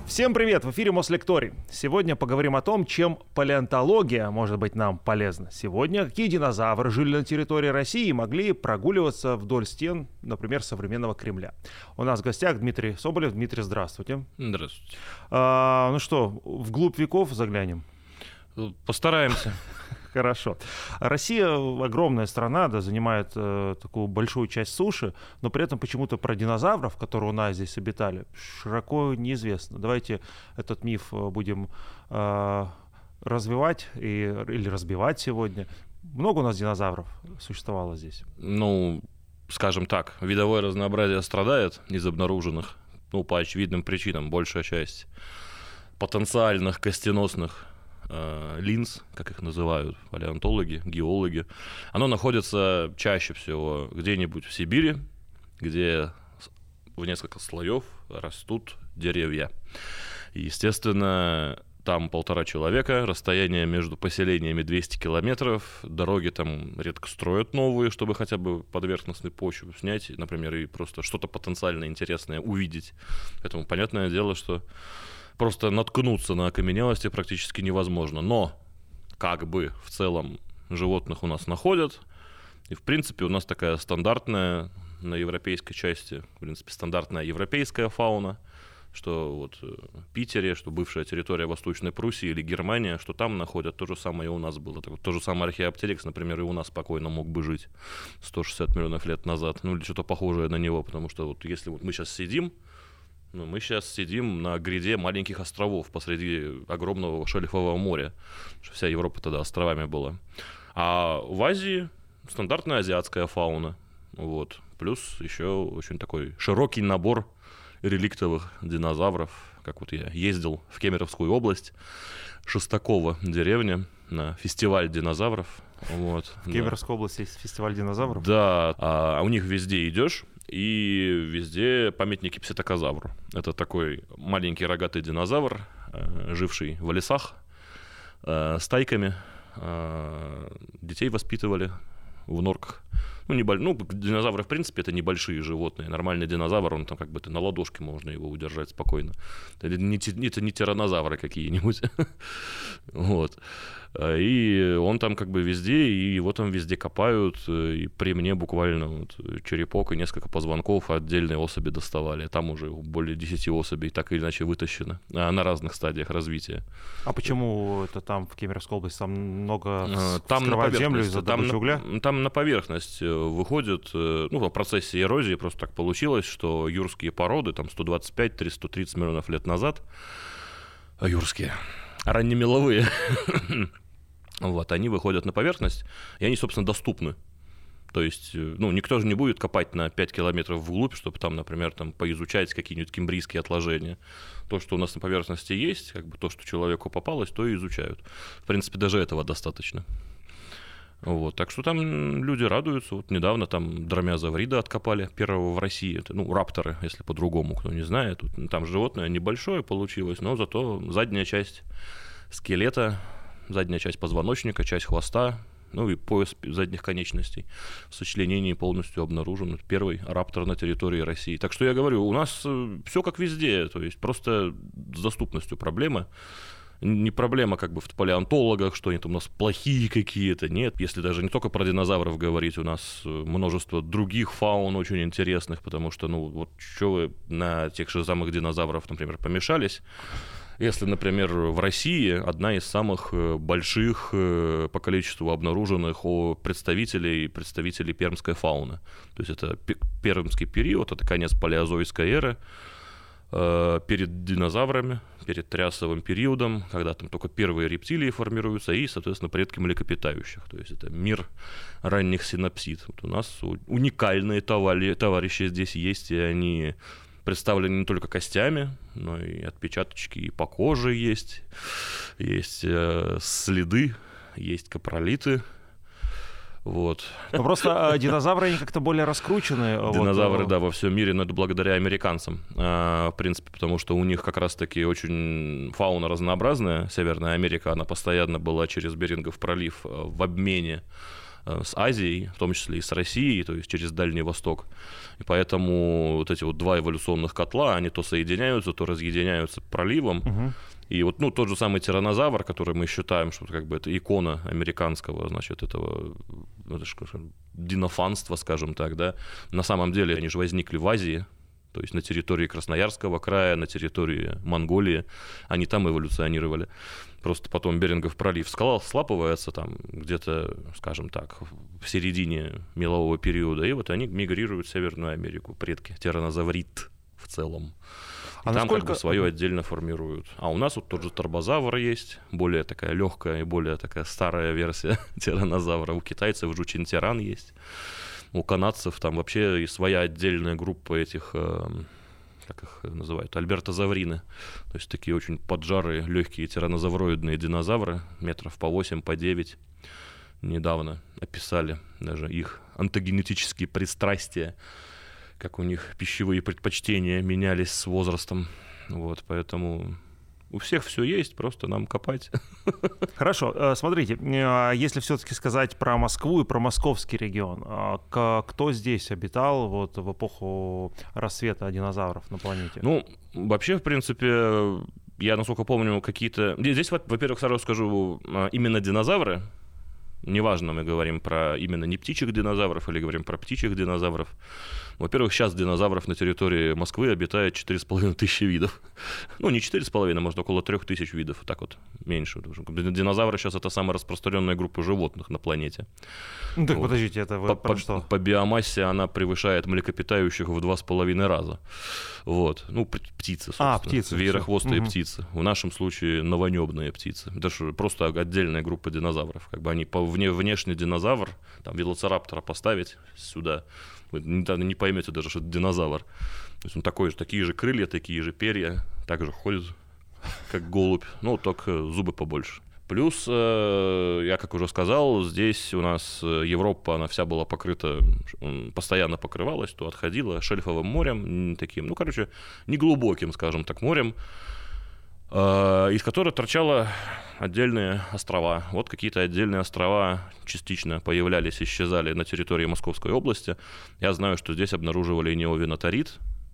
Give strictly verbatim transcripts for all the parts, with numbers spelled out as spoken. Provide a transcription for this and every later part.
Всем привет! В эфире Мослекторий. Сегодня поговорим о том, чем палеонтология может быть нам полезна. Сегодня какие динозавры жили на территории России и могли прогуливаться вдоль стен, например, современного Кремля. У нас в гостях Дмитрий Соболев. Дмитрий, здравствуйте. Здравствуйте. А, ну что, вглубь веков заглянем? Постараемся. Хорошо. Россия огромная страна, да, занимает э, такую большую часть суши, но при этом почему-то про динозавров, которые у нас здесь обитали, широко неизвестно. Давайте этот миф будем э, развивать и, или разбивать сегодня. Много у нас динозавров существовало здесь? Ну, скажем так, видовое разнообразие страдает из обнаруженных, ну, по очевидным причинам. Большая часть потенциальных костеносных линз, как их называют палеонтологи, геологи, оно находится чаще всего где-нибудь в Сибири, где в несколько слоев растут деревья. И, естественно, там полтора человека, расстояние между поселениями двести километров, дороги там редко строят новые, чтобы хотя бы поверхностную почву снять, например, и просто что-то потенциально интересное увидеть. Поэтому понятное дело, что просто наткнуться на окаменелости практически невозможно. Но как бы в целом животных у нас находят. И в принципе у нас такая стандартная на европейской части, в принципе, стандартная европейская фауна, что вот в Питере, что бывшая территория Восточной Пруссии или Германия, что там находят, то же самое и у нас было. Так вот, то же самое археоптерикс, например, и у нас спокойно мог бы жить сто шестьдесят миллионов лет назад. Ну или что-то похожее на него, потому что вот если вот мы сейчас сидим, Ну, мы сейчас сидим на гряде маленьких островов посреди огромного шельфового моря. Вся Европа тогда островами была. А в Азии стандартная азиатская фауна. Вот. Плюс еще очень такой широкий набор реликтовых динозавров. Как вот я ездил в Кемеровскую область, Шестаково деревня, на фестиваль динозавров. Вот. В Кемеровской да. области есть фестиваль динозавров? Да, а у них везде идешь, и везде памятники пситакозавру. Это такой маленький рогатый динозавр, живший в лесах, стайками. Детей воспитывали в норках. Ну, не, ну, динозавры, в принципе, это небольшие животные. Нормальный динозавр, он там как бы на ладошке можно его удержать спокойно. Это не, это не тиранозавры какие-нибудь. Вот. И он там как бы везде, и его там везде копают. И при мне буквально вот черепок и несколько позвонков отдельные особи доставали. Там уже более десяти особей так или иначе вытащено на разных стадиях развития. А почему это там в Кемеровской области там много там вскрывают землю из-за добычи угля? Там на поверхность выходит, ну, в процессе эрозии просто так получилось, что юрские породы, там сто двадцать пять - триста тридцать миллионов лет назад, юрские, раннемеловые, вот, они выходят на поверхность, и они, собственно, доступны. То есть, ну, никто же не будет копать на пять километров вглубь, чтобы там, например, там, поизучать какие-нибудь кембрийские отложения. То, что у нас на поверхности есть, как бы то, что человеку попалось, то и изучают. В принципе, даже этого достаточно. Вот, так что там люди радуются. Вот недавно там дромеозаврида откопали, первого в России. Это, ну, рапторы, если по-другому, кто не знает. Там животное небольшое получилось, но зато задняя часть скелета, задняя часть позвоночника, часть хвоста, ну и пояс задних конечностей в сочленении полностью обнаружен. Первый раптор на территории России. Так что я говорю, у нас все как везде, то есть просто с доступностью проблемы. Не проблема как бы в палеонтологах, что они там у нас плохие какие-то, нет. Если даже не только про динозавров говорить, у нас множество других фаун очень интересных, потому что, ну, вот что вы на тех же самых динозавров, например, помешались. Если, например, в России одна из самых больших по количеству обнаруженных представителей, представителей пермской фауны. То есть это пермский период, это конец палеозойской эры, перед динозаврами, перед триасовым периодом, когда там только первые рептилии формируются и, соответственно, предки млекопитающих. То есть это мир ранних синапсид. Вот у нас уникальные товарищи здесь есть, и они представлены не только костями, но и отпечаточки и по коже есть, есть э, следы, есть капролиты. Вот. Но просто э, динозавры, они как-то более раскручены. Динозавры, вот, да, во всем мире, но это благодаря американцам, э, в принципе, потому что у них как раз-таки очень фауна разнообразная. Северная Америка, она постоянно была через Берингов пролив в обмене с Азией, в том числе и с Россией, то есть через Дальний Восток. И поэтому вот эти вот два эволюционных котла, они то соединяются, то разъединяются проливом. Угу. И вот, ну, тот же самый тираннозавр, который мы считаем, что как бы это икона американского, значит, этого, это же, динофанства, скажем так, да, на самом деле они же возникли в Азии, то есть на территории Красноярского края, на территории Монголии, они там эволюционировали. Просто потом Берингов пролив скала слапывается там где-то, скажем так, в середине мелового периода, и вот они мигрируют в Северную Америку, предки тиранозаврит в целом. И а там насколько... как бы свое отдельно формируют. А у нас вот тот же торбозавр есть, более такая легкая и более такая старая версия тиранозавра. У китайцев жучин-тиран есть. У канадцев там вообще и своя отдельная группа этих, как их называют, альбертозаврины. То есть такие очень поджарые, легкие тиранозавроидные динозавры, метров по восемь, по девять. Недавно описали даже их онтогенетические пристрастия, как у них пищевые предпочтения менялись с возрастом. Вот, поэтому у всех все есть, просто нам копать. Хорошо, смотрите, если все-таки сказать про Москву и про московский регион, кто здесь обитал вот в эпоху рассвета динозавров на планете? Ну, вообще, в принципе, я, насколько помню, какие-то... Здесь, во-первых, сразу скажу, именно динозавры, неважно, мы говорим про именно не птичьих динозавров или говорим про птичьих динозавров. Во-первых, сейчас динозавров на территории Москвы обитает четыре с половиной тысячи видов. Ну, не четыре с половиной, может, около трех тысяч видов, так вот, меньше. Динозавры сейчас это самая распространенная группа животных на планете. Ну, так вот. Подождите, это вы по, про по, что? По биомассе она превышает млекопитающих в два с половиной раза. Вот. Ну, птицы, собственно. А, птицы. Веерохвостые угу. птицы. В нашем случае новонебные птицы. Это же просто отдельная группа динозавров. Как бы они по вне, внешний динозавр, там, велоцираптора поставить сюда, вы не поймете даже, что это динозавр. То есть он такой же, такие же крылья, такие же перья, так же ходит, как голубь, но только зубы побольше. Плюс, я как уже сказал, здесь у нас Европа, она вся была покрыта, постоянно покрывалась, то отходила шельфовым морем, таким, ну, короче, неглубоким, скажем так, морем, из которого торчало отдельные острова. Вот какие-то отдельные острова частично появлялись, исчезали на территории Московской области. Я знаю, что здесь обнаруживали неовиноторид.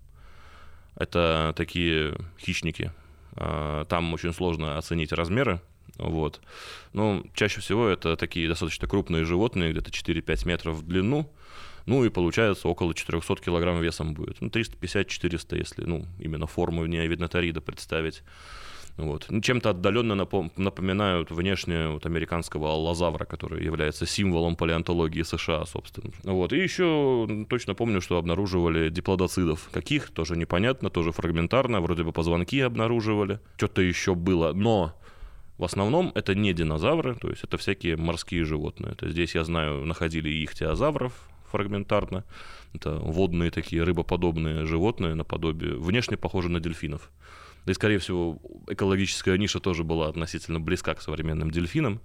Это такие хищники. Там очень сложно оценить размеры. Вот. Но чаще всего это такие достаточно крупные животные, где-то четыре-пять метров в длину. Ну и получается около четыреста килограмм весом будет. Ну, триста пятьдесят - четыреста, если ну, именно форму неовиноторида представить. Вот. Чем-то отдаленно напоминают внешне вот американского аллозавра, который является символом палеонтологии США, собственно. Вот. И еще точно помню, что обнаруживали диплодоцидов. Каких? Тоже непонятно, тоже фрагментарно. Вроде бы позвонки обнаруживали. Что-то еще было. Но в основном это не динозавры, то есть это всякие морские животные. То есть здесь, я знаю, находили и ихтиозавров фрагментарно. Это водные такие рыбоподобные животные наподобие, внешне похожи на дельфинов. Да и, скорее всего, экологическая ниша тоже была относительно близка к современным дельфинам.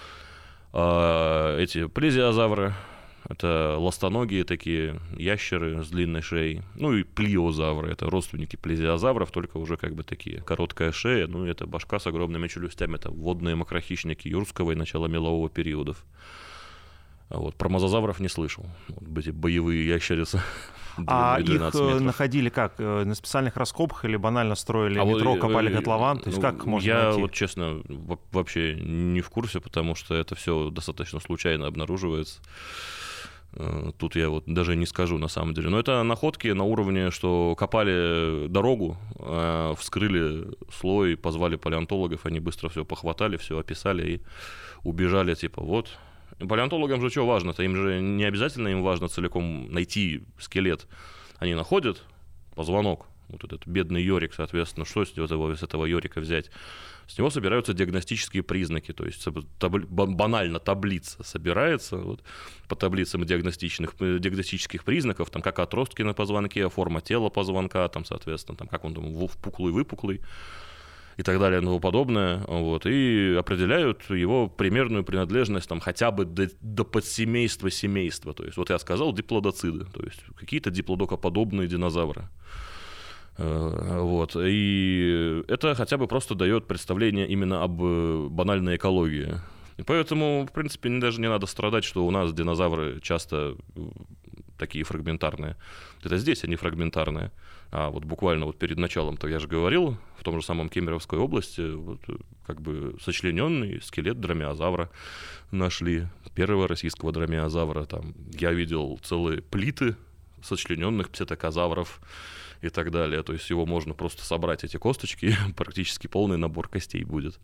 А эти плезиозавры, это ластоногие такие ящеры с длинной шеей. Ну и плиозавры, это родственники плезиозавров, только уже как бы такие. Короткая шея, ну и это башка с огромными челюстями. Это водные макрохищники юрского и начала мелового периодов. Вот. Про мозазавров не слышал. Вот эти боевые ящерицы. А их метров. Находили как? На специальных раскопках или банально строили а метро, вот, копали котлован? То есть ну, как можно я найти? вот, честно, вообще не в курсе, потому что это все достаточно случайно обнаруживается. Тут я вот даже не скажу на самом деле. Но это находки на уровне, что копали дорогу, вскрыли слой, позвали палеонтологов, они быстро все похватали, все описали и убежали, типа вот. Палеонтологам же что важно-то? Им же не обязательно им важно целиком найти скелет. Они находят позвонок, вот этот бедный йорик, соответственно, что с этого, с этого йорика взять? С него собираются диагностические признаки, то есть табли, банально таблица собирается вот, по таблицам диагностических, диагностических признаков, там как отростки на позвонке, форма тела позвонка, там, соответственно, там, как он там впуклый-выпуклый. И так далее, и тому подобное, вот, и определяют его примерную принадлежность там, хотя бы до, до подсемейства семейства. То есть, вот я сказал, диплодоциды, то есть какие-то диплодокоподобные динозавры. Вот, и это хотя бы просто дает представление именно об банальной экологии И поэтому, в принципе, даже не надо страдать, что у нас динозавры часто такие фрагментарные. Это здесь они фрагментарные. А вот буквально вот перед началом-то я же говорил, в том же самом Кемеровской области, вот, как бы сочлененный скелет дромеозавра нашли. Первого российского дромеозавра. Там я видел целые плиты сочлененных пситокозавров и так далее. То есть его можно просто собрать, эти косточки, и практически полный набор костей будет.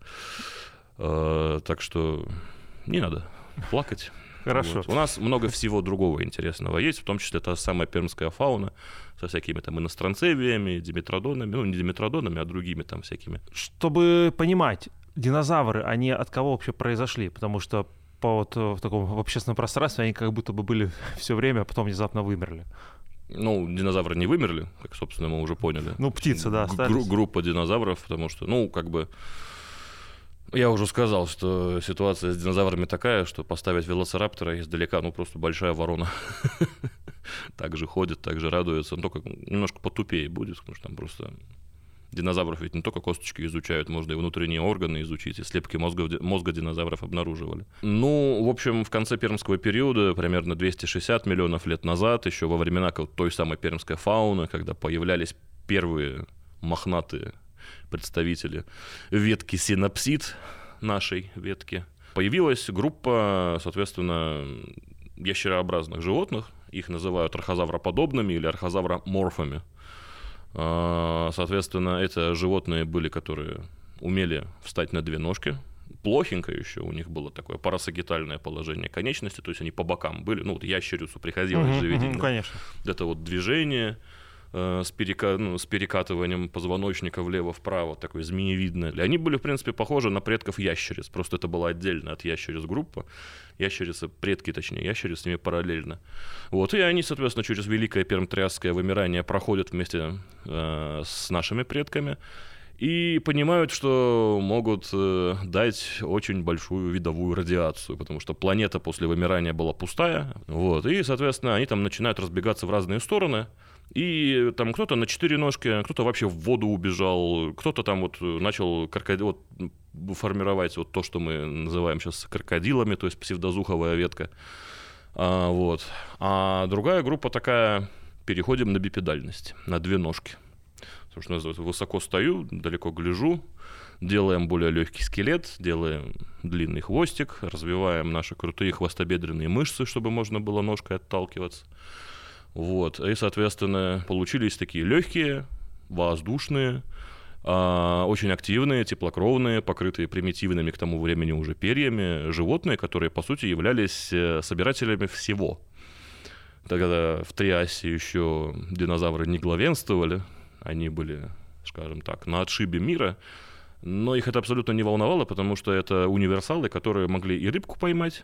А, так что не надо плакать. Хорошо. Вот. У нас много всего другого интересного есть, в том числе та самая пермская фауна со всякими там иностранцевиями, диметродонами, ну не диметродонами, а другими там всякими. Чтобы понимать, динозавры, они от кого вообще произошли? Потому что по вот в таком в общественном пространстве они как будто бы были все время, а потом внезапно вымерли. Ну, динозавры не вымерли, как, собственно, мы уже поняли. Ну, птицы, да, остались. Гру- группа динозавров, потому что, ну, как бы... Я уже сказал, что ситуация с динозаврами такая, что поставить велоцираптора издалека, ну, просто большая ворона. Так же ходит, так же радуется, но только немножко потупее будет, потому что там просто... Динозавров ведь не только косточки изучают, можно и внутренние органы изучить, и слепки мозга, мозга динозавров обнаруживали. Ну, в общем, в конце пермского периода, примерно двести шестьдесят миллионов лет назад, еще во времена той самой пермской фауны, когда появлялись первые мохнатые представители ветки синапсид, нашей ветки, появилась группа, соответственно, ящерообразных животных, их называют архозавроподобными или архозавроморфами. Соответственно, это животные были, которые умели встать на две ножки. Плохенько еще у них было такое парасагитальное положение конечности, то есть они по бокам были. Ну, вот ящерицу приходилось угу, же видеть. угу, да? Конечно. Это вот движение э, с, перека... ну, с перекатыванием позвоночника влево-вправо, такое змеевидное. И они были, в принципе, похожи на предков ящериц. Просто это была отдельная от ящериц группа. Ящерицы, предки, точнее, ящерицы с ними параллельно. Вот, и они, соответственно, через великое пермтриасское вымирание проходят вместе э, с нашими предками и понимают, что могут э, дать очень большую видовую радиацию, потому что планета после вымирания была пустая. Вот, и, соответственно, они там начинают разбегаться в разные стороны. И там кто-то на четыре ножки, кто-то вообще в воду убежал, кто-то там вот начал крокодил, вот, формировать вот то, что мы называем сейчас крокодилами, то есть псевдозуховая ветка. А, вот. А другая группа такая, переходим на бипедальность, на две ножки. Потому что называется, высоко стою, далеко гляжу, делаем более легкий скелет, делаем длинный хвостик, развиваем наши крутые хвостобедренные мышцы, чтобы можно было ножкой отталкиваться. Вот. И, соответственно, получились такие легкие, воздушные, э, очень активные, теплокровные, покрытые примитивными к тому времени уже перьями животные, которые, по сути, являлись собирателями всего. Тогда в Триасе еще динозавры не главенствовали, они были, скажем так, на отшибе мира, но их это абсолютно не волновало, потому что это универсалы, которые могли и рыбку поймать,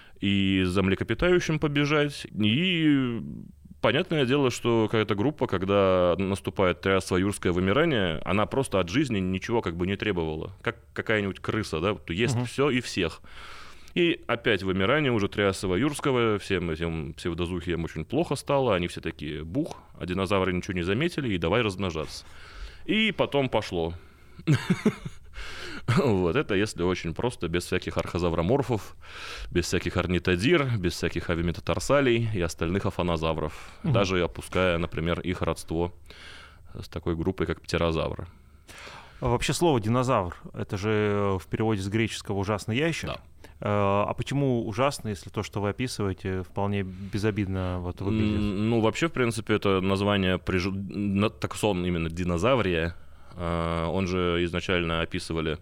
и за млекопитающим побежать, и... Понятное дело, что какая-то группа, когда наступает триассово-юрское вымирание, она просто от жизни ничего как бы не требовала. Как какая-нибудь крыса, да, ест угу. все и всех. И опять вымирание уже триассово-юрского, всем этим псевдозухиям очень плохо стало, они все такие бух, а динозавры ничего не заметили, и давай размножаться. И потом пошло. Вот это если очень просто, без всяких архозавроморфов, без всяких орнитодир, без всяких авиметатарсалей и остальных афанозавров, угу. даже опуская, например, их родство с такой группой, как птерозавры. Вообще слово «динозавр» — это же в переводе с греческого «ужасный ящер». Да. А почему ужасно, если то, что вы описываете, вполне безобидно вот выглядит? Ну, вообще, в принципе, это название, приж... таксон именно динозаврия. Он же изначально описывали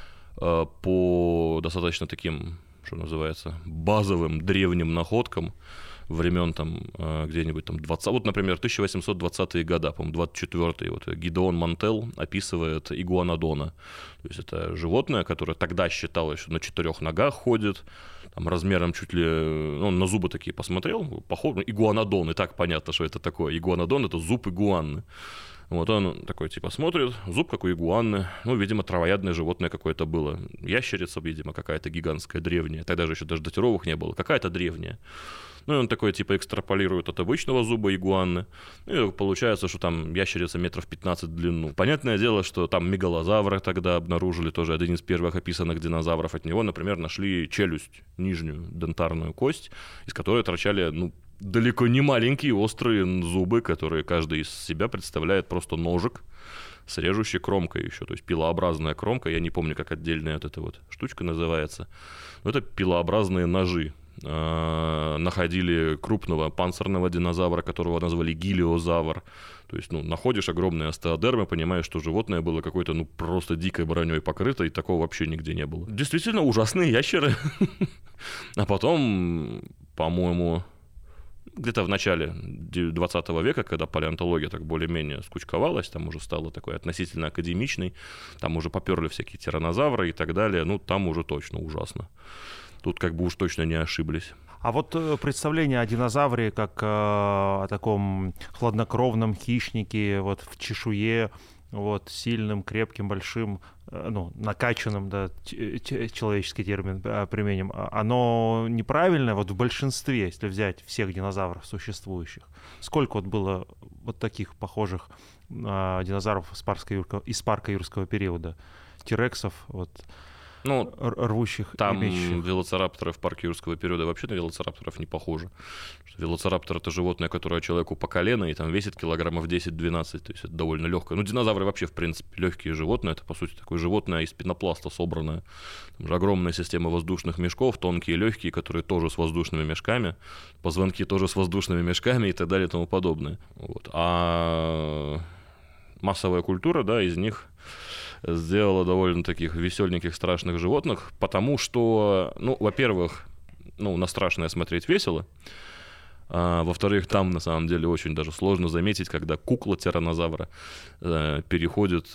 по достаточно таким, что называется, базовым древним находкам времен там где-нибудь там двадцатых, вот, например, тысяча восемьсот двадцатые годы, по-моему, двадцать четвёртый, вот Гидеон Мантел описывает игуанодона. То есть это животное, которое тогда считалось, что на четырех ногах ходит, там, размером чуть ли, ну, на зубы такие посмотрел, похоже, игуанодон, и так понятно, что это такое. Игуанодон — это зуб игуаны. Вот он такой, типа, смотрит, зуб как у игуаны, ну, видимо, травоядное животное какое-то было. Ящерица, видимо, какая-то гигантская, древняя. Тогда же еще даже датировок не было. Какая-то древняя. Ну, и он такой, типа, экстраполирует от обычного зуба игуаны. И получается, что там ящерица метров пятнадцать в длину. Понятное дело, что там мегалозавра тогда обнаружили, тоже один из первых описанных динозавров. От него, например, нашли челюсть, нижнюю дентарную кость, из которой торчали, ну, далеко не маленькие острые зубы, которые каждый из себя представляет просто ножик с режущей кромкой еще. То есть пилообразная кромка, я не помню, как отдельная вот эта вот штучка называется. Но это пилообразные ножи. Находили крупного панцирного динозавра, которого назвали гилиозавр. То есть, ну, находишь огромные остеодермы, понимаешь, что животное было какой-то, ну, просто дикой броней покрыто, и такого вообще нигде не было. Действительно ужасные ящеры. А потом, по-моему, где-то в начале двадцатого века, когда палеонтология так более-менее скучковалась, там уже стала такой относительно академичной, там уже поперли всякие тираннозавры и так далее, ну, там уже точно ужасно. Тут как бы уж точно не ошиблись. А вот представление о динозавре как э, о таком хладнокровном хищнике, вот в чешуе, вот сильным, крепким, большим, э, ну, накачанным, да, человеческий термин э, применим, оно неправильное вот в большинстве, если взять всех динозавров существующих. Сколько вот было вот таких похожих э, динозавров из парка, юрского, из парка юрского периода? Тирексов, вот... Ну, рвущих там и мечущих. Велоцирапторы в парке юрского периода вообще на велоцирапторов не похожи. Велоцираптор — это животное, которое человеку по колено, и там весит килограммов десять-двенадцать, то есть это довольно легкое. Ну, динозавры вообще, в принципе, легкие животные, это, по сути, такое животное из пенопласта собранное. Там же огромная система воздушных мешков, тонкие, легкие, которые тоже с воздушными мешками, позвонки тоже с воздушными мешками и так далее и тому подобное. Вот. А массовая культура, да, из них... сделала довольно таких веселеньких, страшных животных, потому что, ну, во-первых, ну, на страшное смотреть весело, а, во-вторых, там, на самом деле, очень даже сложно заметить, когда кукла тираннозавра э, переходит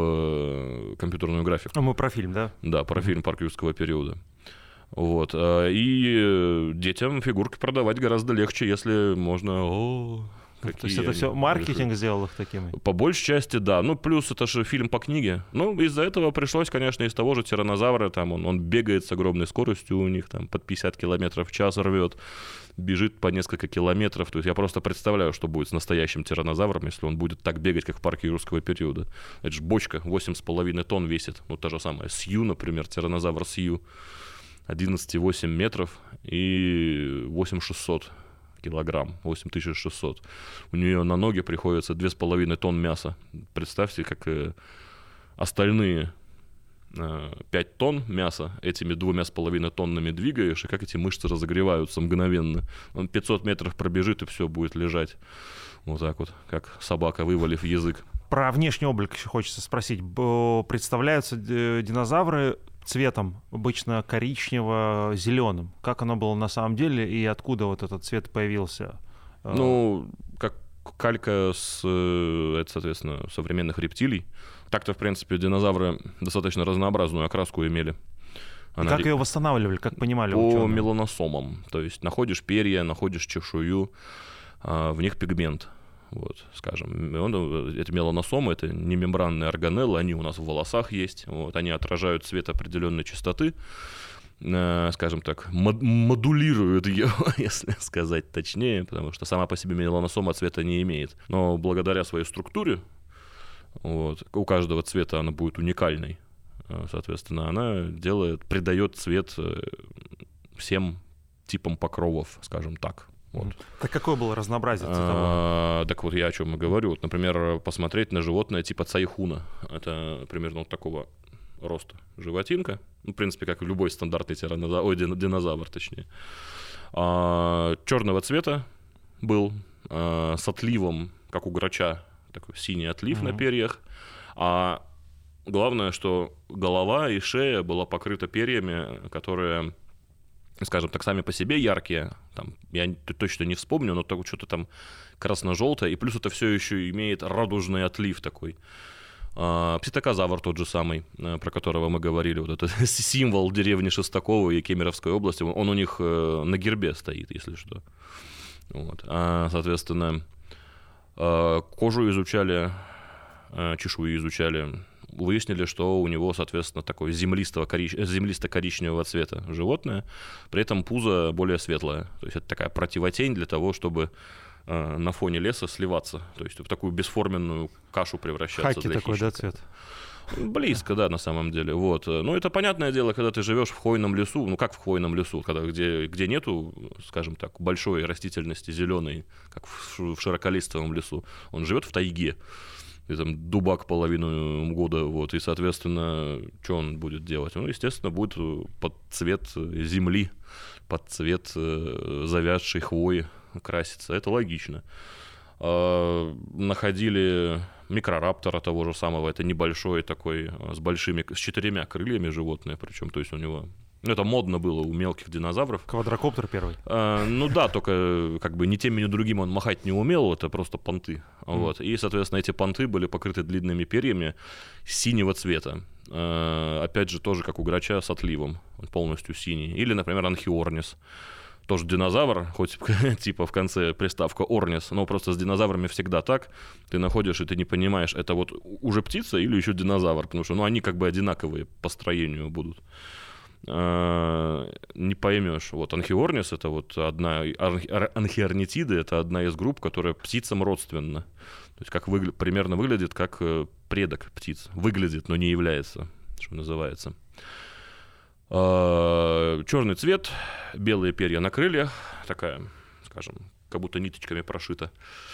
в компьютерную графику. Ну, мы про фильм, да? Да, про фильм «Парк юрского периода». Вот. И детям фигурки продавать гораздо легче, если можно... О, то есть это все маркетинг сделал их такими? По большей части, да. Ну, плюс это же фильм по книге. Ну, из-за этого пришлось, конечно, из того же тираннозавра, там он, он бегает с огромной скоростью у них, там под пятьдесят километров в час рвет, бежит по несколько километров. То есть я просто представляю, что будет с настоящим тираннозавром, если он будет так бегать, как в парке юрского периода. Это же бочка восемь с половиной тонн весит. Ну, та же самая Сью, например, тираннозавр Сью. одиннадцать целых восемь метров и восемь тысяч шестьсот килограмм, восемь тысяч шестьсот. У нее на ноги приходится две с половиной тонн мяса. Представьте, как э, остальные э, пять тонн мяса этими двумя с половиной тоннами двигаешь, и как эти мышцы разогреваются мгновенно. Он пятьсот метров пробежит, и все будет лежать. Вот так вот, как собака, вывалив язык. Про внешний облик еще хочется спросить. Представляются динозавры цветом, обычно коричнево-зеленым. Как оно было на самом деле и откуда вот этот цвет появился? Ну, как калька с, это, соответственно, современных рептилий. Так-то, в принципе, динозавры достаточно разнообразную окраску имели. Она... Как ее восстанавливали, как понимали По ученые? меланосомам. То есть находишь перья, находишь чешую, в них пигмент. Вот, скажем, это меланосомы, это немембранные органеллы, они у нас в волосах есть, вот, они отражают цвет определенной частоты, э, скажем так, мод- модулируют ее, если сказать точнее, потому что сама по себе меланосома цвета не имеет, но благодаря своей структуре, вот, у каждого цвета она будет уникальной, соответственно, она делает, придает цвет всем типам покровов, скажем так. Вот. Так какое было разнообразие цветовое? А, так вот я о чем и говорю. Вот, например, посмотреть на животное типа цайхуна. Это примерно вот такого роста животинка. Ну, в принципе, как любой стандартный тиранозавр, ой, динозавр, точнее. А, черного цвета был, а, с отливом, как у грача, такой синий отлив mm-hmm. на перьях. А главное, что голова и шея была покрыта перьями, которые... скажем так, сами по себе яркие, там, я точно не вспомню, но так, что-то там красно-желтое, и плюс это все еще имеет радужный отлив такой. А, пситакозавр тот же самый, про которого мы говорили, вот этот символ деревни Шестакова и Кемеровской области, он у них на гербе стоит, если что. Вот. А, соответственно, кожу изучали чешуи изучали, выяснили, что у него, соответственно, такое землистого корич... землисто-коричневого цвета животное, при этом пузо более светлое. То есть это такая противотень для того, чтобы э, на фоне леса сливаться, то есть в такую бесформенную кашу превращаться. Хаки для такой, хищника. Да, цвет? Близко, да, на самом деле. Вот. Ну, это понятное дело, когда ты живешь в хвойном лесу, ну, как в хвойном лесу, когда, где, где нету, скажем так, большой растительности зеленой, как в, в широколистовом лесу. Он живет в тайге. И там дубак половину года, вот, и, соответственно, что он будет делать? Он, естественно, будет под цвет земли, под цвет э, завядшей хвои краситься. Это логично. Э, находили микрораптора того же самого, это небольшой такой, с большими, с четырьмя крыльями животное, причем, то есть у него... Ну, это модно было у мелких динозавров. Квадрокоптер первый. А, ну да, только как бы ни тем, ни другим он махать не умел, это просто понты. Mm. Вот. И, соответственно, эти понты были покрыты длинными перьями синего цвета. А, опять же, тоже как у грача с отливом, он полностью синий. Или, например, анхиорнис. Тоже динозавр, хоть типа в конце приставка орнис, но просто с динозаврами всегда так. Ты находишь, и ты не понимаешь, это вот уже птица или еще динозавр, потому что ну, они как бы одинаковые по строению будут. Не поймешь. Вот анхиорнис — это вот одна, анхиорнитиды — это одна из групп, которая птицам родственна. То есть как выгля... примерно выглядит как предок птиц. Выглядит, но не является, что называется. Черный цвет, белые перья на крыльях, такая, скажем, как будто ниточками прошита,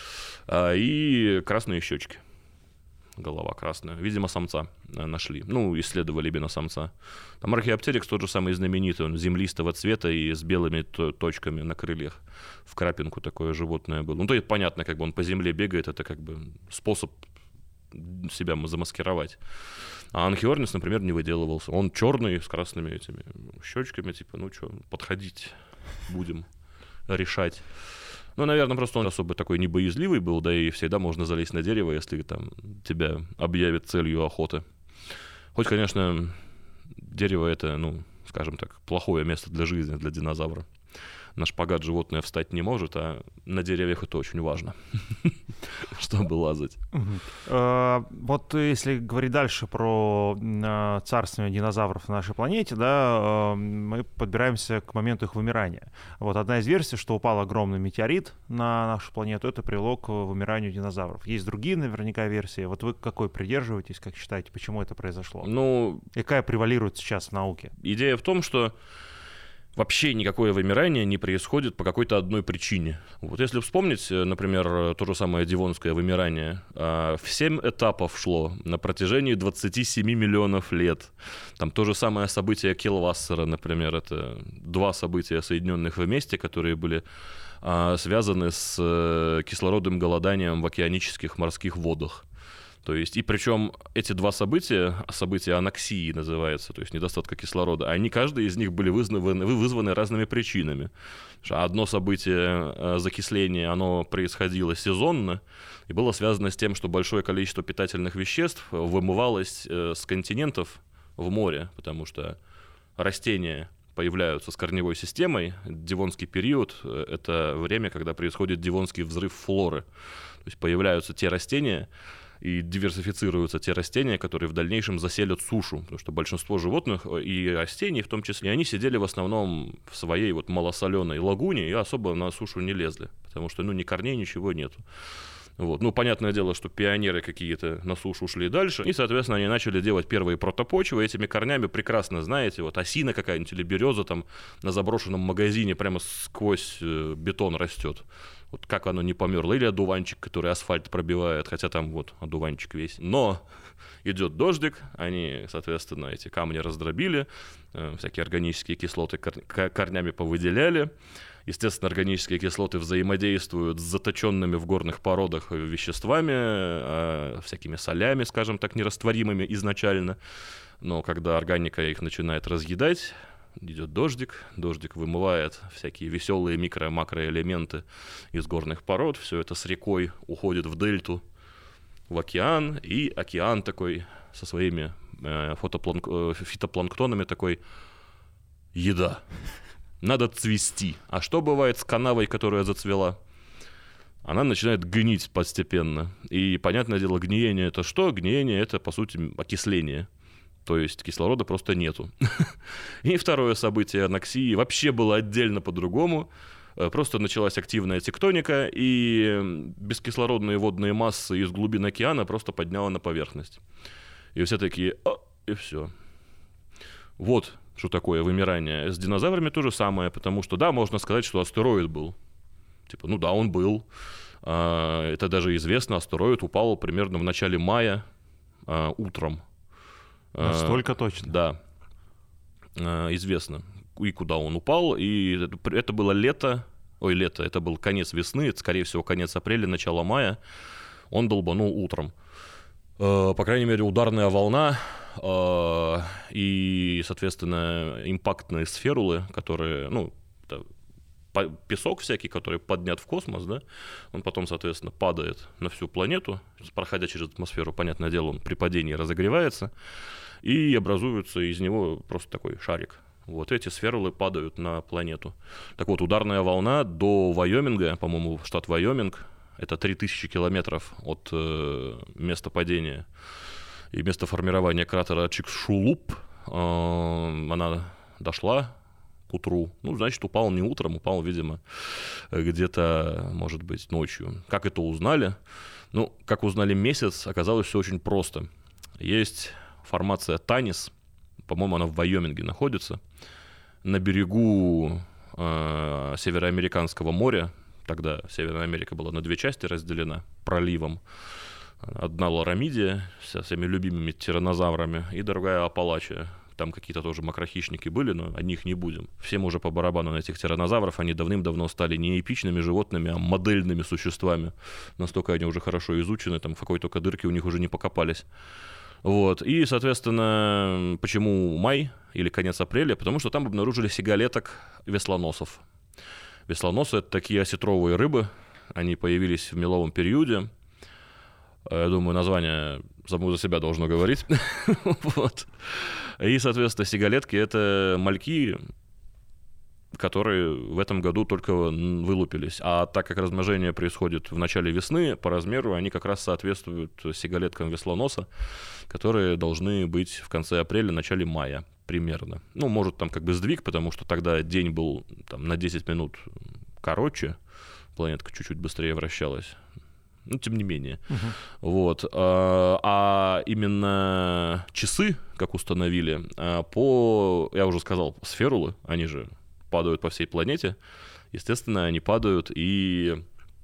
и красные щечки. Голова красная. Видимо, самца нашли. Ну, исследовали именно самца. Там археоптерикс тот же самый знаменитый. Он землистого цвета и с белыми точками на крыльях. В крапинку такое животное было. Ну, то есть понятно, как бы он по земле бегает. Это как бы способ себя замаскировать. А анхиорнис, например, не выделывался. Он черный, с красными этими щечками. Типа, ну что, подходить будем решать. Ну, наверное, просто он особо такой небоязливый был, да и всегда можно залезть на дерево, если там тебя объявят целью охоты. Хоть, конечно, дерево — это, ну, скажем так, плохое место для жизни, для динозавра. На шпагат животное встать не может, а на деревьях это очень важно, чтобы лазать. Вот если говорить дальше про царствование динозавров на нашей планете, да, мы подбираемся к моменту их вымирания. Вот одна из версий, что упал огромный метеорит на нашу планету, это привело к вымиранию динозавров. Есть другие наверняка версии. Вот вы какой придерживаетесь, как считаете, почему это произошло? Ну, и какая превалирует сейчас в науке? Идея в том, что вообще никакое вымирание не происходит по какой-то одной причине. Вот если вспомнить, например, то же самое Девонское вымирание, в семь этапов шло на протяжении двадцати семи миллионов лет. Там то же самое событие Килвассера, например, это два события, соединенных вместе, которые были связаны с кислородным голоданием в океанических морских водах. То есть, и причем эти два события, события аноксии называется, то есть недостатка кислорода, они, каждый из них были вызваны, вызваны разными причинами. Одно событие закисления, оно происходило сезонно и было связано с тем, что большое количество питательных веществ вымывалось с континентов в море, потому что растения появляются с корневой системой. Девонский период — это время, когда происходит Девонский взрыв флоры. То есть появляются те растения, и диверсифицируются те растения, которые в дальнейшем заселят сушу, потому что большинство животных и растений, в том числе, они сидели в основном в своей вот малосоленой лагуне и особо на сушу не лезли, потому что, ну, ни корней, ничего нету. Вот. Ну, понятное дело, что пионеры какие-то на сушу ушли дальше, и, соответственно, они начали делать первые протопочвы. Этими корнями прекрасно, знаете, вот осина какая-нибудь или береза там на заброшенном магазине прямо сквозь бетон растет. Вот как оно не померло. Или одуванчик, который асфальт пробивает, хотя там вот одуванчик весь. Но идет дождик, они, соответственно, эти камни раздробили, всякие органические кислоты кор- корнями повыделяли. Естественно, органические кислоты взаимодействуют с заточенными в горных породах веществами, э, всякими солями, скажем так, нерастворимыми изначально. Но когда органика их начинает разъедать, идет дождик, дождик вымывает всякие веселые микро-макроэлементы из горных пород, все это с рекой уходит в дельту, в океан, и океан такой со своими э, фотопланк... фитопланктонами такой: еда. Надо цвести. А что бывает с канавой, которая зацвела? она начинает гнить постепенно. И, понятное дело, гниение — это что? Гниение — это, по сути, окисление. То есть кислорода просто нету. И второе событие аноксии вообще было отдельно по-другому. Просто началась активная тектоника, и бескислородные водные массы из глубин океана просто подняла на поверхность. И все такие: «О!» И все. Вот что такое вымирание. С динозаврами то же самое, потому что, да, можно сказать, что астероид был. Типа, ну да, он был. Это даже известно, астероид упал примерно в начале мая утром. Настолько точно? Да, известно, и куда он упал, и это было лето, ой, лето, это был конец весны, это, скорее всего, конец апреля, начало мая, он долбанул утром. По крайней мере, ударная волна и, соответственно, импактные сферулы, которые, ну, это песок всякий, который поднят в космос, да, он потом, соответственно, падает на всю планету, проходя через атмосферу, понятное дело, он при падении разогревается, и образуется из него просто такой шарик. Вот эти сферулы падают на планету. Так вот, ударная волна до Вайоминга, по-моему, штат Вайоминг, это три тысячи километров от э, места падения и места формирования кратера Чикшулуп, э, она дошла к утру. Ну, значит, упал не утром, упал, видимо, где-то, может быть, ночью. Как это узнали? Ну, как узнали месяц, оказалось все очень просто. Есть формация Танис, по-моему, она в Вайоминге находится, на берегу э, Североамериканского моря. Тогда Северная Америка была на две части разделена проливом. Одна Ларамидия со всеми любимыми тираннозаврами, и другая Апалачия. Там какие-то тоже макрохищники были, но о них не будем. Всем уже по барабану на этих тираннозавров. Они давным-давно стали не эпичными животными, а модельными существами. Настолько они уже хорошо изучены, там в какой только дырке у них уже не покопались. Вот. И, соответственно, почему май или конец апреля? Потому что там обнаружили сигалеток веслоносов. Веслоносы — это такие осетровые рыбы. Они появились в меловом периоде. Я думаю, название само за себя должно говорить. Вот. И, соответственно, сигалетки — это мальки, которые в этом году только вылупились. А так как размножение происходит в начале весны, по размеру они как раз соответствуют сигалеткам веслоноса, которые должны быть в конце апреля, начале мая примерно. Ну, может, там как бы сдвиг, потому что тогда день был там на десять минут короче, планетка чуть-чуть быстрее вращалась. Ну, тем не менее. Uh-huh. Вот. А, а именно часы, как установили, по, я уже сказал, сферулы, они же падают по всей планете. Естественно, они падают и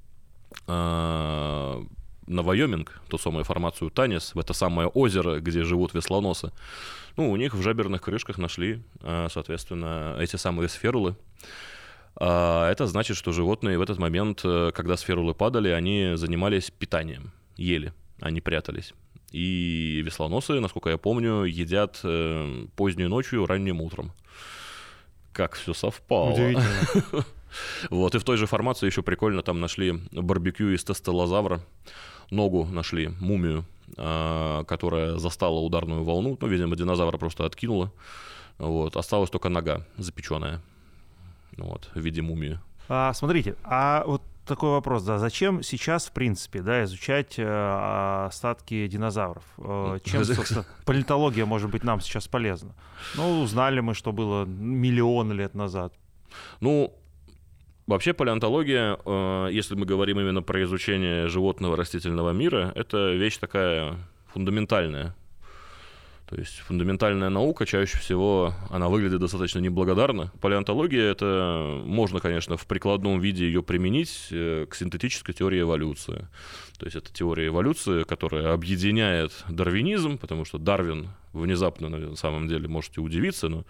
а, на Вайоминг, ту самую формацию Танис, в это самое озеро, где живут веслоносы. Ну, у них в жаберных крышках нашли, соответственно, эти самые сферулы. Это значит, что животные в этот момент, когда сферулы падали, они занимались питанием, ели, они прятались. И веслоносы, насколько я помню, едят поздней ночью, ранним утром. Как все совпало. Удивительно. Вот, и в той же формации еще прикольно там нашли барбекю из тестелозавра. Ногу нашли, мумию, которая застала ударную волну. Ну, видимо, динозавра просто откинула. Вот, осталась только нога запеченная. Вот, в виде мумии. А, смотрите, а вот такой вопрос, да, зачем сейчас, в принципе, да, изучать э, остатки динозавров? Э, чем, собственно, палеонтология может быть нам сейчас полезна? Ну, узнали мы, что было миллионы лет назад. Ну, вообще палеонтология, э, если мы говорим именно про изучение животного растительного мира, это вещь такая фундаментальная. То есть фундаментальная наука, чаще всего, она выглядит достаточно неблагодарно. Палеонтология — это можно, конечно, в прикладном виде ее применить к синтетической теории эволюции. То есть это теория эволюции, которая объединяет дарвинизм, потому что Дарвин внезапно, на самом деле, можете удивиться, но,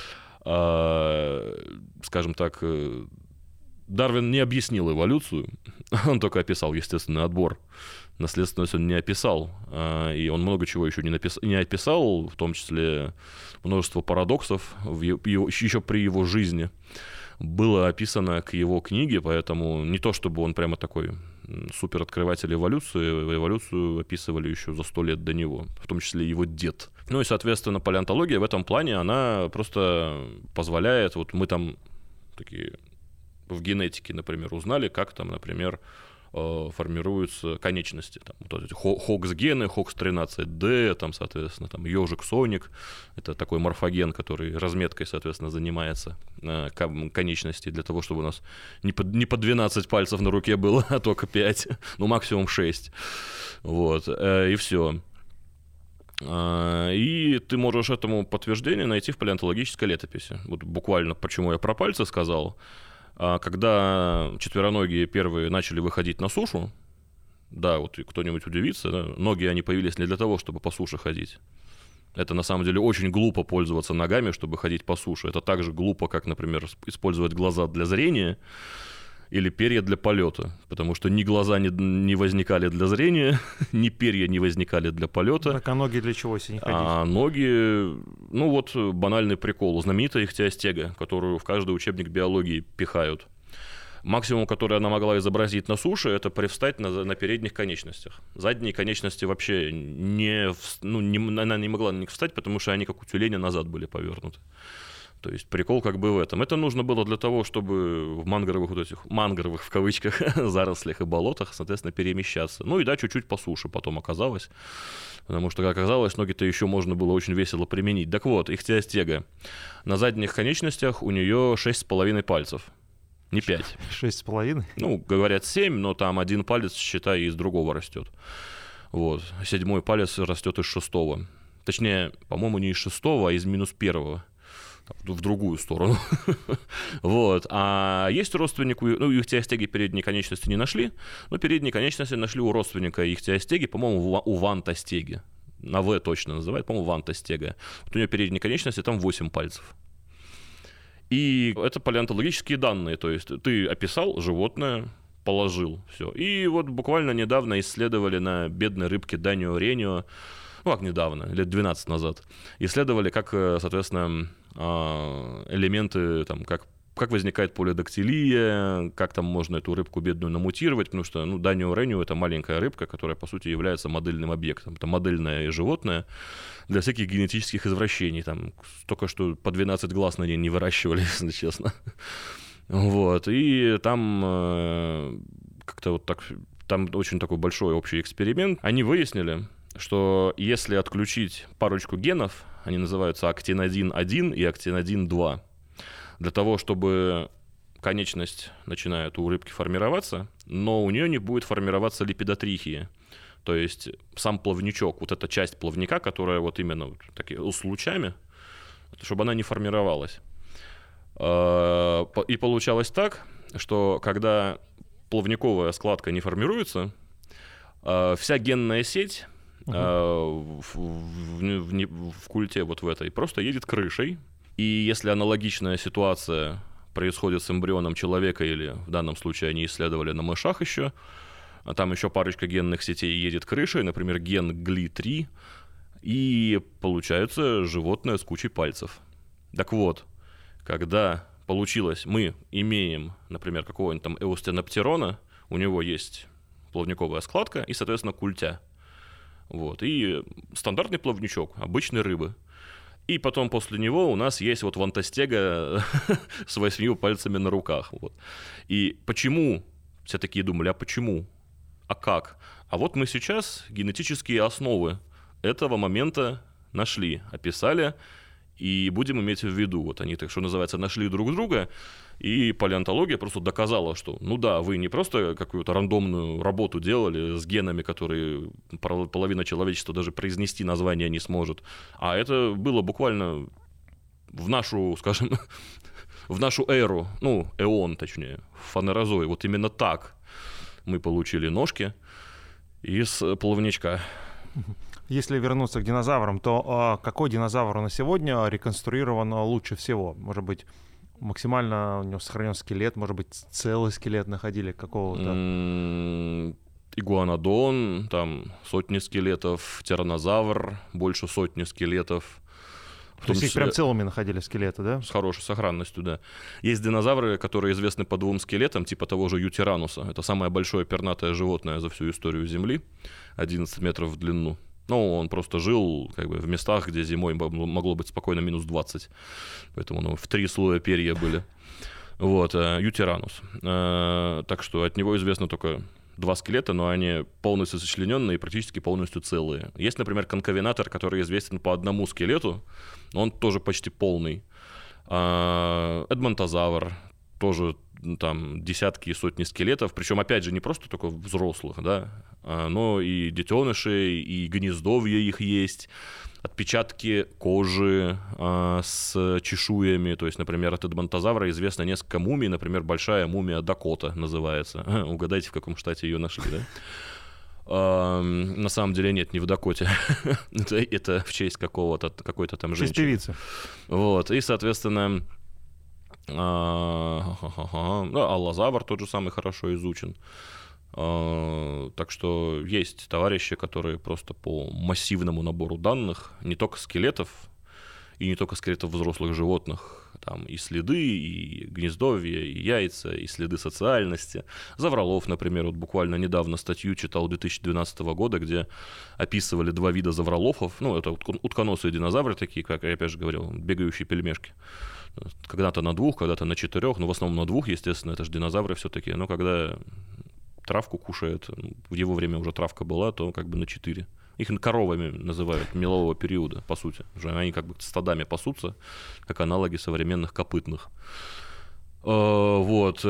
э, скажем так, Дарвин не объяснил эволюцию, он только описал естественный отбор. Наследственность он не описал, и он много чего еще не, напис... не описал, в том числе множество парадоксов в его... еще при его жизни было описано к его книге, поэтому не то чтобы он прямо такой супероткрыватель эволюции, эволюцию описывали еще за сто лет до него, в том числе его дед. Ну и, соответственно, палеонтология в этом плане, она просто позволяет, вот мы там такие в генетике, например, узнали, как там, например, формируются конечности. Там, вот эти хокс-гены, хокс тринадцать дэ, там, соответственно, там, ежик-соник. Это такой морфоген, который разметкой, соответственно, занимается конечностей для того, чтобы у нас не по, не по двенадцать пальцев на руке было, а только пять, ну, максимум шесть. Вот, и все. И ты можешь этому подтверждение найти в палеонтологической летописи. Вот буквально почему я про пальцы сказал. Когда четвероногие первые начали выходить на сушу, да, вот кто-нибудь удивится, да, ноги они появились не для того, чтобы по суше ходить. Это на самом деле очень глупо пользоваться ногами, чтобы ходить по суше. Это так же глупо, как, например, использовать глаза для зрения или перья для полета, потому что ни глаза не, не возникали для зрения, ни перья не возникали для полета. Так а ноги для чего, если не ходить? А ноги, ну вот банальный прикол, знаменитая ихтиостега, которую в каждый учебник биологии пихают. Максимум, который она могла изобразить на суше, это привстать на, на передних конечностях. Задние конечности вообще не, ну, не, она не могла на них встать, потому что они как у тюленя назад были повернуты. То есть прикол как бы в этом. Это нужно было для того, чтобы в мангровых, вот этих, мангровых в кавычках, зарослях и болотах, соответственно, перемещаться. Ну и да, чуть-чуть по суше потом оказалось. Потому что, как оказалось, ноги-то еще можно было очень весело применить. Так вот, ихтиостега. На задних конечностях у нее шесть с половиной пальцев. Не пять. Шесть с половиной? Ну, говорят семь, но там один палец, считай, из другого растет. Вот. Седьмой палец растет из шестого. Точнее, по-моему, не из шестого, а из минус первого. В другую сторону. Вот. А есть родственник, ну, у ихтиостеги передние конечности не нашли, но передние конечности нашли у родственника ихтиостеги, по-моему, у вантостеги. На В точно называют, по-моему, вантостега. Вот у нее передние конечности, там восемь пальцев. И это палеонтологические данные, то есть ты описал животное, положил, все. И вот буквально недавно исследовали на бедной рыбке Данио Ренио, ну как недавно, лет двенадцать назад, исследовали, как, соответственно, элементы, там, как, как возникает полидактилия, как там можно эту рыбку бедную намутировать, потому что, ну, Данио Ренио — это маленькая рыбка, которая, по сути, является модельным объектом. Это модельное животное для всяких генетических извращений. Там только что по двенадцать глаз на ней не выращивали, если честно. Вот, и там э, как-то вот так, там очень такой большой общий эксперимент. Они выяснили, что если отключить парочку генов, они называются актин один и актин два, для того, чтобы конечность начинает у рыбки формироваться, но у нее не будет формироваться липидотрихия. То есть сам плавничок, вот эта часть плавника, которая вот именно вот такие, с лучами, чтобы она не формировалась. И получалось так, что когда плавниковая складка не формируется, вся генная сеть uh-huh. в, в, в, в культе вот в этой просто едет крышей. И если аналогичная ситуация происходит с эмбрионом человека, или в данном случае они исследовали на мышах еще, а там еще парочка генных сетей едет крышей, например, ген джи три, и получается животное с кучей пальцев. Так вот, когда получилось, мы имеем, например, какого-нибудь там эустеноптерона, у него есть плавниковая складка и, соответственно, культя. Вот. И стандартный плавничок обычной рыбы. И потом после него у нас есть вот вантостега с восьмью пальцами на руках. Вот. И почему? Все такие думали, а почему? А как? А вот мы сейчас генетические основы этого момента нашли, описали, и будем иметь в виду. Вот они, так что называется, нашли друг друга, и палеонтология просто доказала, что, ну да, вы не просто какую-то рандомную работу делали с генами, которые половина человечества даже произнести название не сможет, а это было буквально в нашу, скажем, в нашу эру, ну, эон, точнее, фанерозой, вот именно так мы получили ножки из плавничка. Если вернуться к динозаврам, то а, какой динозавр на сегодня реконструирован лучше всего? Может быть, максимально у него сохранен скелет, может быть, целый скелет находили какого-то? Mm, игуанодон, там сотни скелетов, тираннозавр, больше сотни скелетов. То есть их прям целыми находили скелеты, да? С хорошей сохранностью, да. Есть динозавры, которые известны по двум скелетам, типа того же ютирануса. Это самое большое пернатое животное за всю историю Земли, одиннадцать метров в длину. Ну, он просто жил как бы в местах, где зимой могло быть спокойно минус двадцать. Поэтому ну, в три слоя перья были. Вот, ютиранус. Так что от него известно только два скелета, но они полностью сочлененные и практически полностью целые. Есть, например, конкавенатор, который известен по одному скелету, он тоже почти полный. Эдмонтозавр, тоже там десятки и сотни скелетов, причем, опять же, не просто только взрослых, да, но и детенышей, и гнездовья их есть, отпечатки кожи э, с чешуями, то есть, например, от эдмонтозавра известно несколько мумий, например, большая мумия Дакота называется. Угадайте, в каком штате ее нашли, да? Uh, на самом деле нет, не в Дакоте. это, это в честь какого-то, какой-то там женщины. Чистевицы. Вот, и, соответственно, uh, ну, аллозавр тот же самый хорошо изучен. Uh, так что есть товарищи, которые просто по массивному набору данных, не только скелетов, и не только скелетов взрослых животных, там и следы, и гнездовья, и яйца, и следы социальности. Завралов, например, вот буквально недавно статью читал две тысячи двенадцатого года, где описывали два вида завралофов. Ну, это утконосые динозавры такие, как я опять же говорил, бегающие пельмешки. Когда-то на двух, когда-то на четырех, но в основном на двух, естественно, это же динозавры все-таки. Но когда травку кушает, в его время уже травка была, то как бы на четыре. Их коровами называют мелового периода, по сути. Уже они как бы стадами пасутся, как аналоги современных копытных. Вот.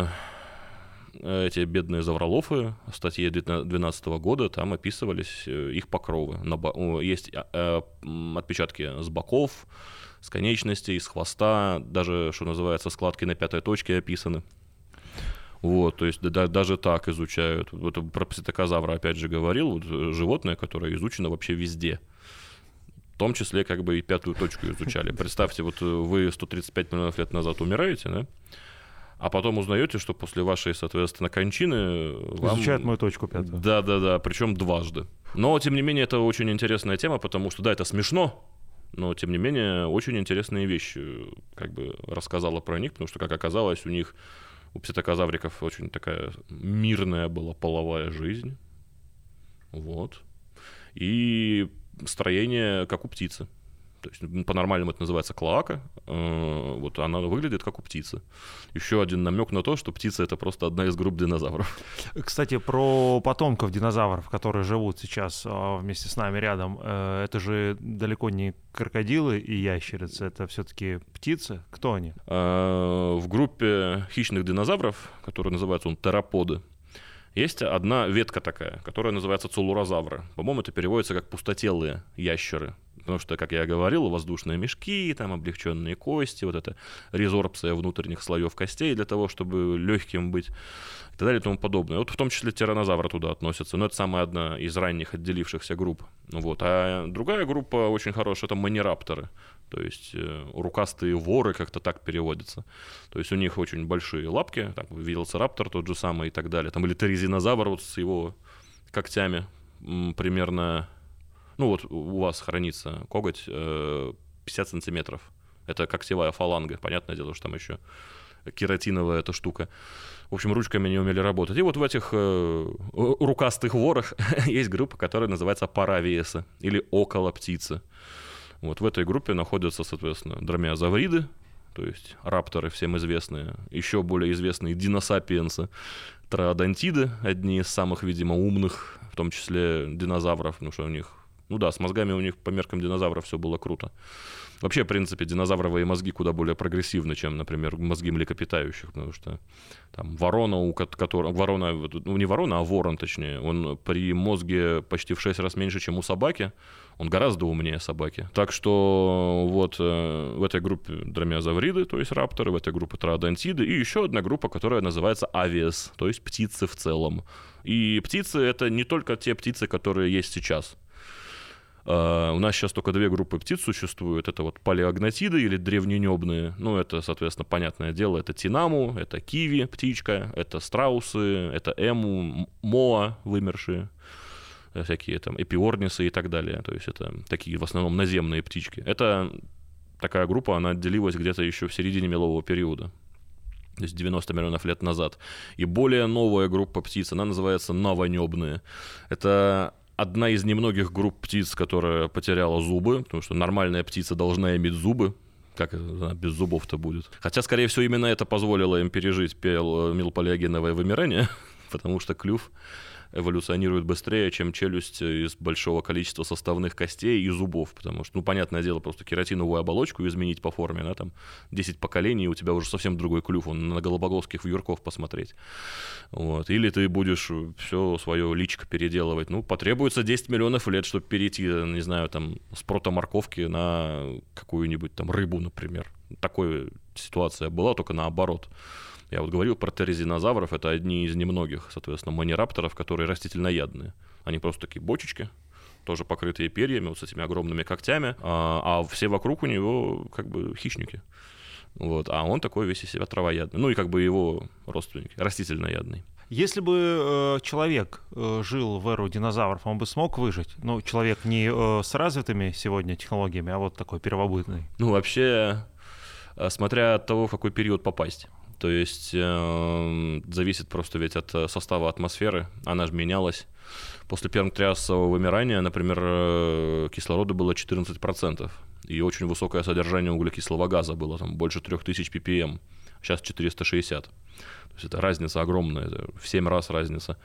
Эти бедные завралофы в статье две тысячи двенадцатого года, там описывались их покровы. Есть отпечатки с боков, с конечностей, с хвоста, даже, что называется, складки на пятой точке описаны. Вот, то есть да, даже так изучают. Вот про пситакозавра опять же говорил, вот, животное, которое изучено вообще везде. В том числе как бы и пятую точку изучали. Представьте, вот вы сто тридцать пять миллионов лет назад умираете, да? А потом узнаете, что после вашей, соответственно, кончины вам... Изучают мою точку пятую. Да-да-да, причем дважды. Но, тем не менее, это очень интересная тема, потому что, да, это смешно, но, тем не менее, очень интересные вещи как бы рассказала про них, потому что, как оказалось, у них... У пситакозавриков очень такая мирная была половая жизнь. Вот. И строение, как у птицы. То есть по-нормальному это называется клоака. Вот она выглядит как у птицы. Еще один намек на то, что птица — это просто одна из групп динозавров. Кстати, про потомков динозавров, которые живут сейчас вместе с нами рядом. Это же далеко не крокодилы и ящерицы, это все-таки птицы. Кто они? В группе хищных динозавров, которые называются он, тероподы, есть одна ветка такая, которая называется целурозавры. По-моему, это переводится как пустотелые ящеры. Потому что, как я говорил, воздушные мешки, там облегченные кости, вот эта резорбция внутренних слоев костей для того, чтобы легким быть, и так далее и тому подобное. Вот в том числе тираннозавры туда относятся, но это самая одна из ранних отделившихся групп. Вот. А другая группа очень хорошая — это манирапторы, то есть э, рукастые воры, как-то так переводится. То есть у них очень большие лапки, там велоцираптор тот же самый и так далее. Там или терезинозавр вот с его когтями м, примерно... Ну вот у вас хранится коготь э, пятьдесят сантиметров. Это когтевая фаланга. Понятное дело, что там еще кератиновая эта штука. В общем, ручками не умели работать. И вот в этих э, рукастых ворах есть группа, которая называется паравиесы или околоптицы. Вот в этой группе находятся, соответственно, дромеозавриды, то есть рапторы всем известные, еще более известные диносапиенсы, троодонтиды, одни из самых, видимо, умных, в том числе динозавров, потому что у них... Ну да, с мозгами у них по меркам динозавров все было круто. Вообще, в принципе, динозавровые мозги куда более прогрессивны, чем, например, мозги млекопитающих, потому что там ворона, у которого... Ворона, ну не ворона, а ворон, точнее, он при мозге почти в шесть раз меньше, чем у собаки. Он гораздо умнее собаки. Так что вот э, в этой группе дромеозавриды, то есть рапторы, в этой группе троодонтиды, и еще одна группа, которая называется авиес, то есть птицы в целом. И птицы — это не только те птицы, которые есть сейчас. Uh, у нас сейчас только две группы птиц существуют. Это вот палеогнатиды или древненебные. Ну, это, соответственно, понятное дело. Это тинаму, это киви, птичка, это страусы, это эму, моа, вымершие, всякие там эпиорнисы и так далее. То есть это такие в основном наземные птички. Это такая группа, она отделилась где-то еще в середине мелового периода. То есть девяносто миллионов лет назад. И более новая группа птиц, она называется новонебные. Это... одна из немногих групп птиц, которая потеряла зубы, потому что нормальная птица должна иметь зубы. Как она без зубов-то будет? Хотя, скорее всего, именно это позволило им пережить мелпалеогеновое вымирание потому что клюв эволюционирует быстрее, чем челюсть из большого количества составных костей и зубов, потому что, ну, понятное дело, просто кератиновую оболочку изменить по форме, да, там, десять поколений, у тебя уже совсем другой клюв, он на голубоголовских вьюрков посмотреть, вот, или ты будешь все свое личико переделывать, ну, потребуется десять миллионов лет, чтобы перейти, не знаю, там, с протоморковки на какую-нибудь там рыбу, например, такая ситуация была, только наоборот. Я вот говорил про терезинозавров, это одни из немногих, соответственно, манирапторов, которые растительноядные. Они просто такие бочечки, тоже покрытые перьями, вот с этими огромными когтями, а, а все вокруг у него как бы хищники. Вот, а он такой весь из себя травоядный. Ну и как бы его родственник, растительноядный. Если бы э, человек э, жил в эру динозавров, он бы смог выжить? Ну, человек не э, с развитыми сегодня технологиями, а вот такой первобытный. Ну, вообще, смотря от того, в какой период попасть. То есть э, зависит просто ведь от состава атмосферы, она же менялась. После пермтриасового вымирания, например, э, кислорода было четырнадцать процентов, и очень высокое содержание углекислого газа было, там больше трёх тысяч пи пи эм, сейчас четыреста шестьдесят. То есть это разница огромная, это в семь раз разница.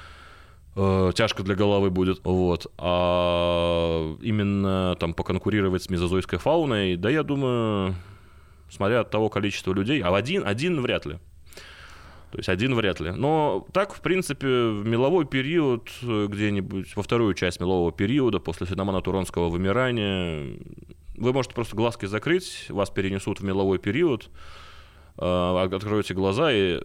Э, тяжко для головы будет, вот. А именно там поконкурировать с мезозойской фауной, да, я думаю... Смотря от того количества людей, а один, один вряд ли. То есть один вряд ли. Но так, в принципе, в меловой период, где-нибудь во вторую часть мелового периода, после феномена-туронского вымирания, вы можете просто глазки закрыть, вас перенесут в меловой период, откроете глаза, и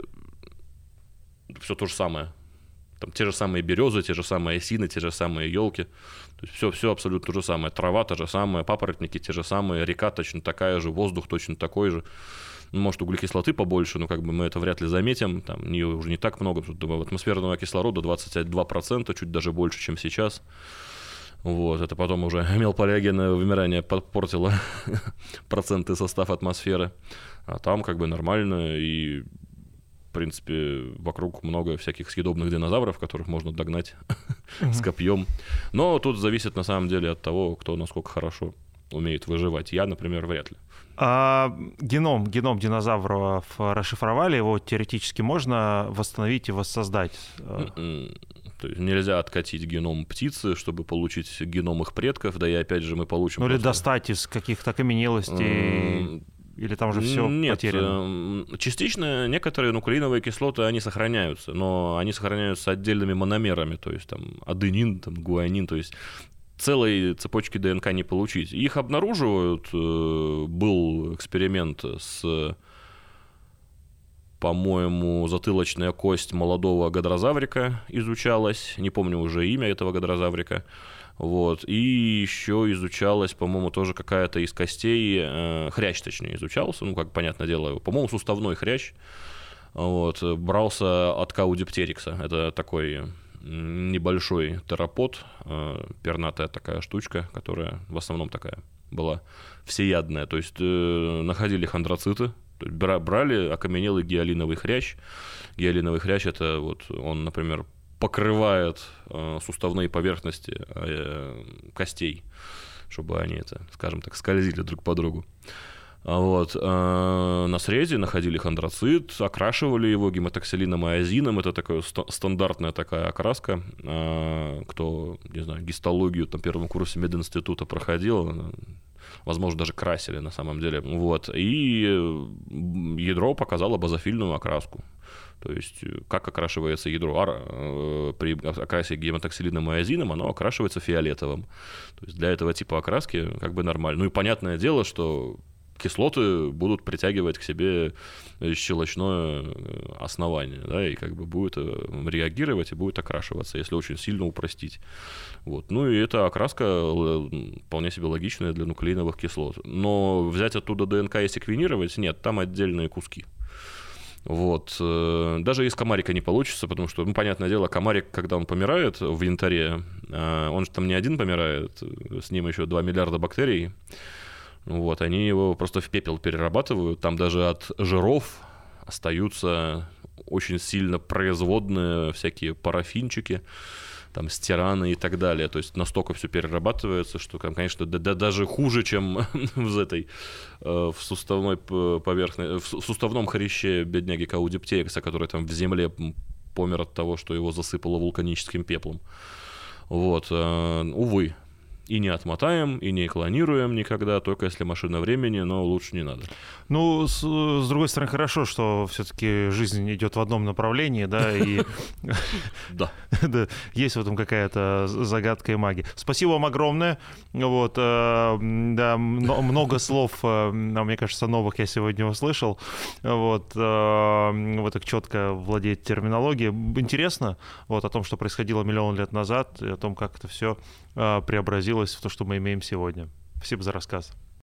все то же самое. Там те же самые березы, те же самые осины, те же самые елки. То есть все, все абсолютно то же самое. Трава та же самая, папоротники те же самые, река точно такая же, воздух точно такой же. Ну, может, углекислоты побольше, но как бы мы это вряд ли заметим. Там ее уже не так много. Атмосферного кислорода двадцать два процента, чуть даже больше, чем сейчас. Вот, это потом уже мелполиогенное вымирание подпортило проценты состав атмосферы. А там как бы нормально, и в принципе, вокруг много всяких съедобных динозавров, которых можно догнать mm-hmm. с копьем. Но тут зависит на самом деле от того, кто насколько хорошо умеет выживать. Я, например, вряд ли. А геном, геном динозавров расшифровали, его теоретически можно восстановить и воссоздать? Mm-mm. То есть нельзя откатить геном птицы, чтобы получить геном их предков, да и опять же мы получим... Ну просто... или достать из каких-то окаменелостей... Mm-hmm. Или там уже все Нет, потеряно? Частично некоторые нуклеиновые кислоты, они сохраняются, но они сохраняются отдельными мономерами, то есть там аденин, там, гуанин, то есть целой цепочки ДНК не получить. Их обнаруживают, был эксперимент с, по-моему, затылочная кость молодого гадрозаврика изучалась, не помню уже имя этого гадрозаврика. Вот. И еще изучалась, по-моему, тоже какая-то из костей, э, хрящ, точнее, изучался, ну, как понятное дело, по-моему, суставной хрящ, вот, брался от каудиптерикса, это такой небольшой теропод, э, пернатая такая штучка, которая в основном такая была всеядная, то есть э, находили хондроциты, то есть брали окаменелый гиалиновый хрящ, гиалиновый хрящ, это вот он, например, покрывает э, суставные поверхности э, костей, чтобы они, это, скажем так, скользили друг по другу. Вот. Э, на срезе находили хондроцит, окрашивали его гематоксилином и азином. Это такая ст- стандартная такая окраска. Э, кто, не знаю, гистологию на первом курсе мединститута проходил, возможно, даже красили на самом деле. Вот. И ядро показало базофильную окраску. То есть, как окрашивается ядро а, при окрасе гематоксилином и азином, оно окрашивается фиолетовым. То есть, для этого типа окраски как бы нормально. Ну и понятное дело, что кислоты будут притягивать к себе щелочное основание, да, и как бы будет реагировать и будет окрашиваться, если очень сильно упростить. Вот. Ну и эта окраска вполне себе логичная для нуклеиновых кислот. Но взять оттуда ДНК и секвенировать, нет, там отдельные куски. Вот. Даже из комарика не получится, потому что, ну, понятное дело, комарик, когда он помирает в янтаре, он же там не один помирает, с ним еще два миллиарда бактерий. Вот, они его просто в пепел перерабатывают, там даже от жиров остаются очень сильно производные всякие парафинчики, там стираны и так далее, то есть настолько все перерабатывается, что, конечно, да, да, даже хуже, чем в этой, в суставной поверхности, в суставном хряще бедняги каудиптерикса, который там в земле помер от того, что его засыпало вулканическим пеплом. Вот, увы. И не отмотаем, и не клонируем никогда, только если машина времени, но лучше не надо. Ну, с, с другой стороны, хорошо, что все-таки жизнь идет в одном направлении, да, и да. Есть в этом какая-то загадка и магия. Спасибо вам огромное. Вот, да, много слов, мне кажется, новых я сегодня услышал. Вот, вы так четко владеете терминологией. Интересно, вот, о том, что происходило миллион лет назад, и о том, как это все преобразилось в то, что мы имеем сегодня. Спасибо за рассказ.